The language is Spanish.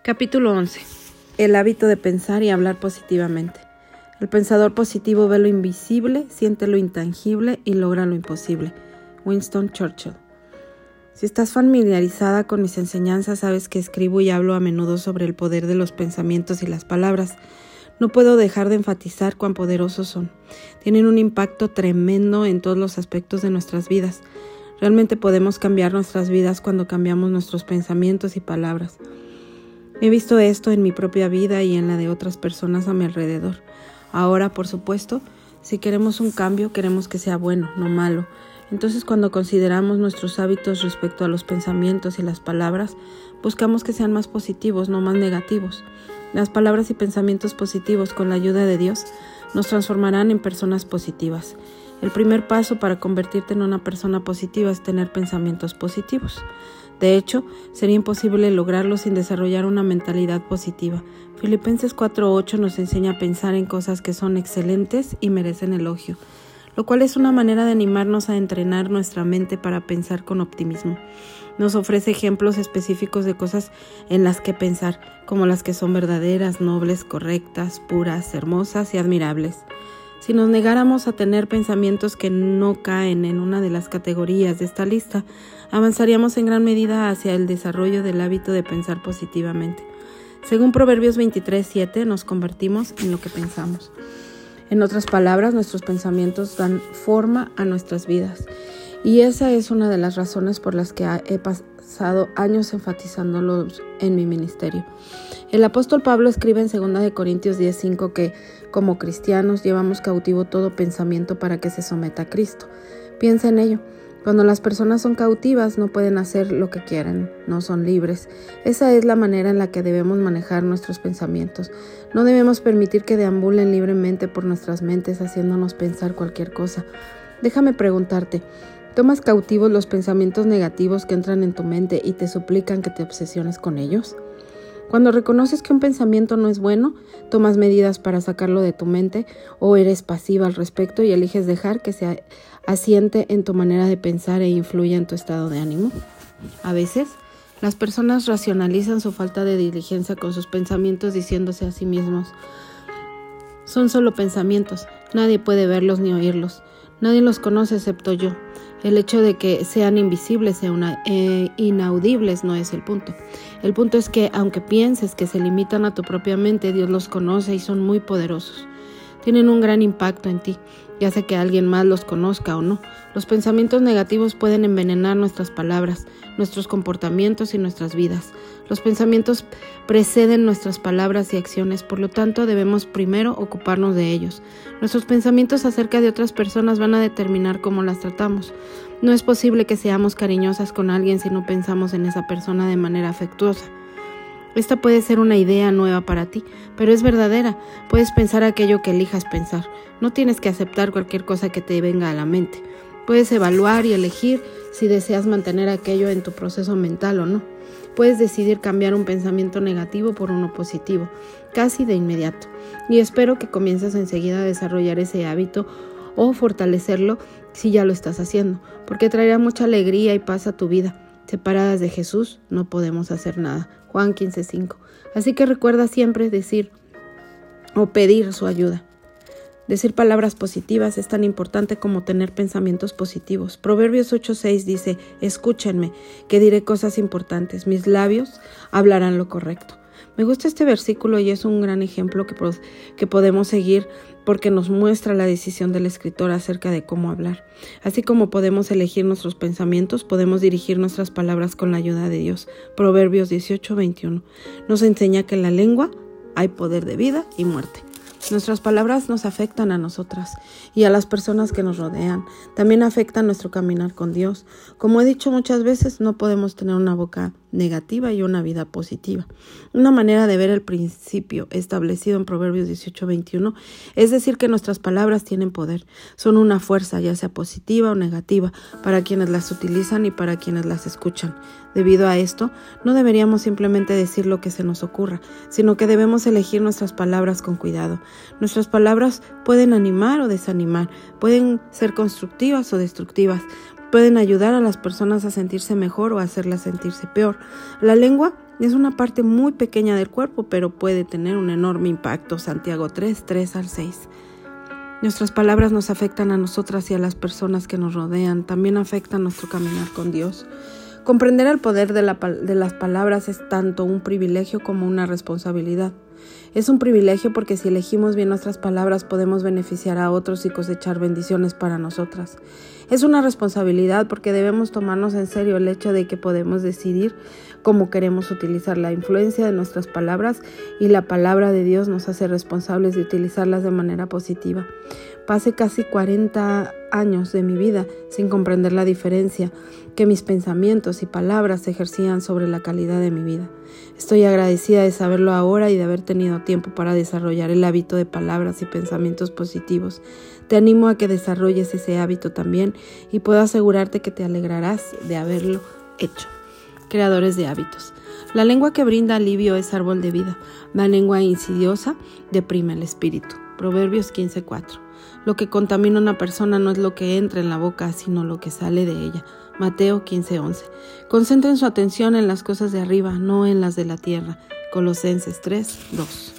Capítulo 11. El hábito de pensar y hablar positivamente. El pensador positivo ve lo invisible, siente lo intangible y logra lo imposible. Winston Churchill. Si estás familiarizada con mis enseñanzas, sabes que escribo y hablo a menudo sobre el poder de los pensamientos y las palabras. No puedo dejar de enfatizar cuán poderosos son. Tienen un impacto tremendo en todos los aspectos de nuestras vidas. Realmente podemos cambiar nuestras vidas cuando cambiamos nuestros pensamientos y palabras. He visto esto en mi propia vida y en la de otras personas a mi alrededor. Ahora, por supuesto, si queremos un cambio, queremos que sea bueno, no malo. Entonces, cuando consideramos nuestros hábitos respecto a los pensamientos y las palabras, buscamos que sean más positivos, no más negativos. Las palabras y pensamientos positivos, con la ayuda de Dios, nos transformarán en personas positivas. El primer paso para convertirte en una persona positiva es tener pensamientos positivos. De hecho, sería imposible lograrlo sin desarrollar una mentalidad positiva. Filipenses 4:8 nos enseña a pensar en cosas que son excelentes y merecen elogio, lo cual es una manera de animarnos a entrenar nuestra mente para pensar con optimismo. Nos ofrece ejemplos específicos de cosas en las que pensar, como las que son verdaderas, nobles, correctas, puras, hermosas y admirables. Si nos negáramos a tener pensamientos que no caen en una de las categorías de esta lista, avanzaríamos en gran medida hacia el desarrollo del hábito de pensar positivamente. Según Proverbios 23:7, nos convertimos en lo que pensamos. En otras palabras, nuestros pensamientos dan forma a nuestras vidas. Y esa es una de las razones por las que he pasado años enfatizándolos en mi ministerio. El apóstol Pablo escribe en 2 Corintios 10:5 que, como cristianos, llevamos cautivo todo pensamiento para que se someta a Cristo. Piensa en ello. Cuando las personas son cautivas, no pueden hacer lo que quieren, no son libres. Esa es la manera en la que debemos manejar nuestros pensamientos. No debemos permitir que deambulen libremente por nuestras mentes, haciéndonos pensar cualquier cosa. Déjame preguntarte, ¿tomas cautivos los pensamientos negativos que entran en tu mente y te suplican que te obsesiones con ellos? Cuando reconoces que un pensamiento no es bueno, tomas medidas para sacarlo de tu mente o eres pasiva al respecto y eliges dejar que se asiente en tu manera de pensar e influya en tu estado de ánimo. A veces, las personas racionalizan su falta de diligencia con sus pensamientos diciéndose a sí mismos: son solo pensamientos, nadie puede verlos ni oírlos, nadie los conoce excepto yo. El hecho de que sean invisibles e inaudibles no es el punto. El punto es que, aunque pienses que se limitan a tu propia mente, Dios los conoce y son muy poderosos. Tienen un gran impacto en ti, ya sea que alguien más los conozca o no. Los pensamientos negativos pueden envenenar nuestras palabras, nuestros comportamientos y nuestras vidas. Los pensamientos preceden nuestras palabras y acciones, por lo tanto debemos primero ocuparnos de ellos. Nuestros pensamientos acerca de otras personas van a determinar cómo las tratamos. No es posible que seamos cariñosas con alguien si no pensamos en esa persona de manera afectuosa. Esta puede ser una idea nueva para ti, pero es verdadera. Puedes pensar aquello que elijas pensar. No tienes que aceptar cualquier cosa que te venga a la mente. Puedes evaluar y elegir si deseas mantener aquello en tu proceso mental o no. Puedes decidir cambiar un pensamiento negativo por uno positivo, casi de inmediato. Y espero que comiences enseguida a desarrollar ese hábito o fortalecerlo si ya lo estás haciendo, porque traerá mucha alegría y paz a tu vida. Separadas de Jesús no podemos hacer nada. Juan 15:5. Así que recuerda siempre decir o pedir su ayuda. Decir palabras positivas es tan importante como tener pensamientos positivos. Proverbios 8:6 dice: escúchenme, que diré cosas importantes. Mis labios hablarán lo correcto. Me gusta este versículo y es un gran ejemplo que podemos seguir porque nos muestra la decisión del escritor acerca de cómo hablar. Así como podemos elegir nuestros pensamientos, podemos dirigir nuestras palabras con la ayuda de Dios. Proverbios 18:21 nos enseña que en la lengua hay poder de vida y muerte. Nuestras palabras nos afectan a nosotras y a las personas que nos rodean. También afectan nuestro caminar con Dios. Como he dicho muchas veces, no podemos tener una boca negativa y una vida positiva. Una manera de ver el principio establecido en Proverbios 18:21 es decir que nuestras palabras tienen poder. Son una fuerza, ya sea positiva o negativa, para quienes las utilizan y para quienes las escuchan. Debido a esto, no deberíamos simplemente decir lo que se nos ocurra, sino que debemos elegir nuestras palabras con cuidado. Nuestras palabras pueden animar o desanimar, pueden ser constructivas o destructivas, pueden ayudar a las personas a sentirse mejor o a hacerlas sentirse peor. La lengua Es una parte muy pequeña del cuerpo, pero puede tener un enorme impacto. Santiago 3:3-6. Nuestras palabras nos afectan a nosotras y a las personas que nos rodean. También afectan nuestro caminar con Dios. Comprender el poder de las palabras es tanto un privilegio como una responsabilidad. Es un privilegio porque si elegimos bien nuestras palabras podemos beneficiar a otros y cosechar bendiciones para nosotras. Es una responsabilidad porque debemos tomarnos en serio el hecho de que podemos decidir cómo queremos utilizar la influencia de nuestras palabras, y la palabra de Dios nos hace responsables de utilizarlas de manera positiva. Pasé casi 40 años de mi vida sin comprender la diferencia que mis pensamientos y palabras ejercían sobre la calidad de mi vida. Estoy agradecida de saberlo ahora y de haber tenido tiempo para desarrollar el hábito de palabras y pensamientos positivos. Te animo a que desarrolles ese hábito también y puedo asegurarte que te alegrarás de haberlo hecho. Creadores de hábitos. La lengua que brinda alivio es árbol de vida. La lengua insidiosa deprime el espíritu. Proverbios 15:4. Lo que contamina a una persona no es lo que entra en la boca, sino lo que sale de ella. Mateo 15:11. Concentren su atención en las cosas de arriba, no en las de la tierra. Colosenses 3:2.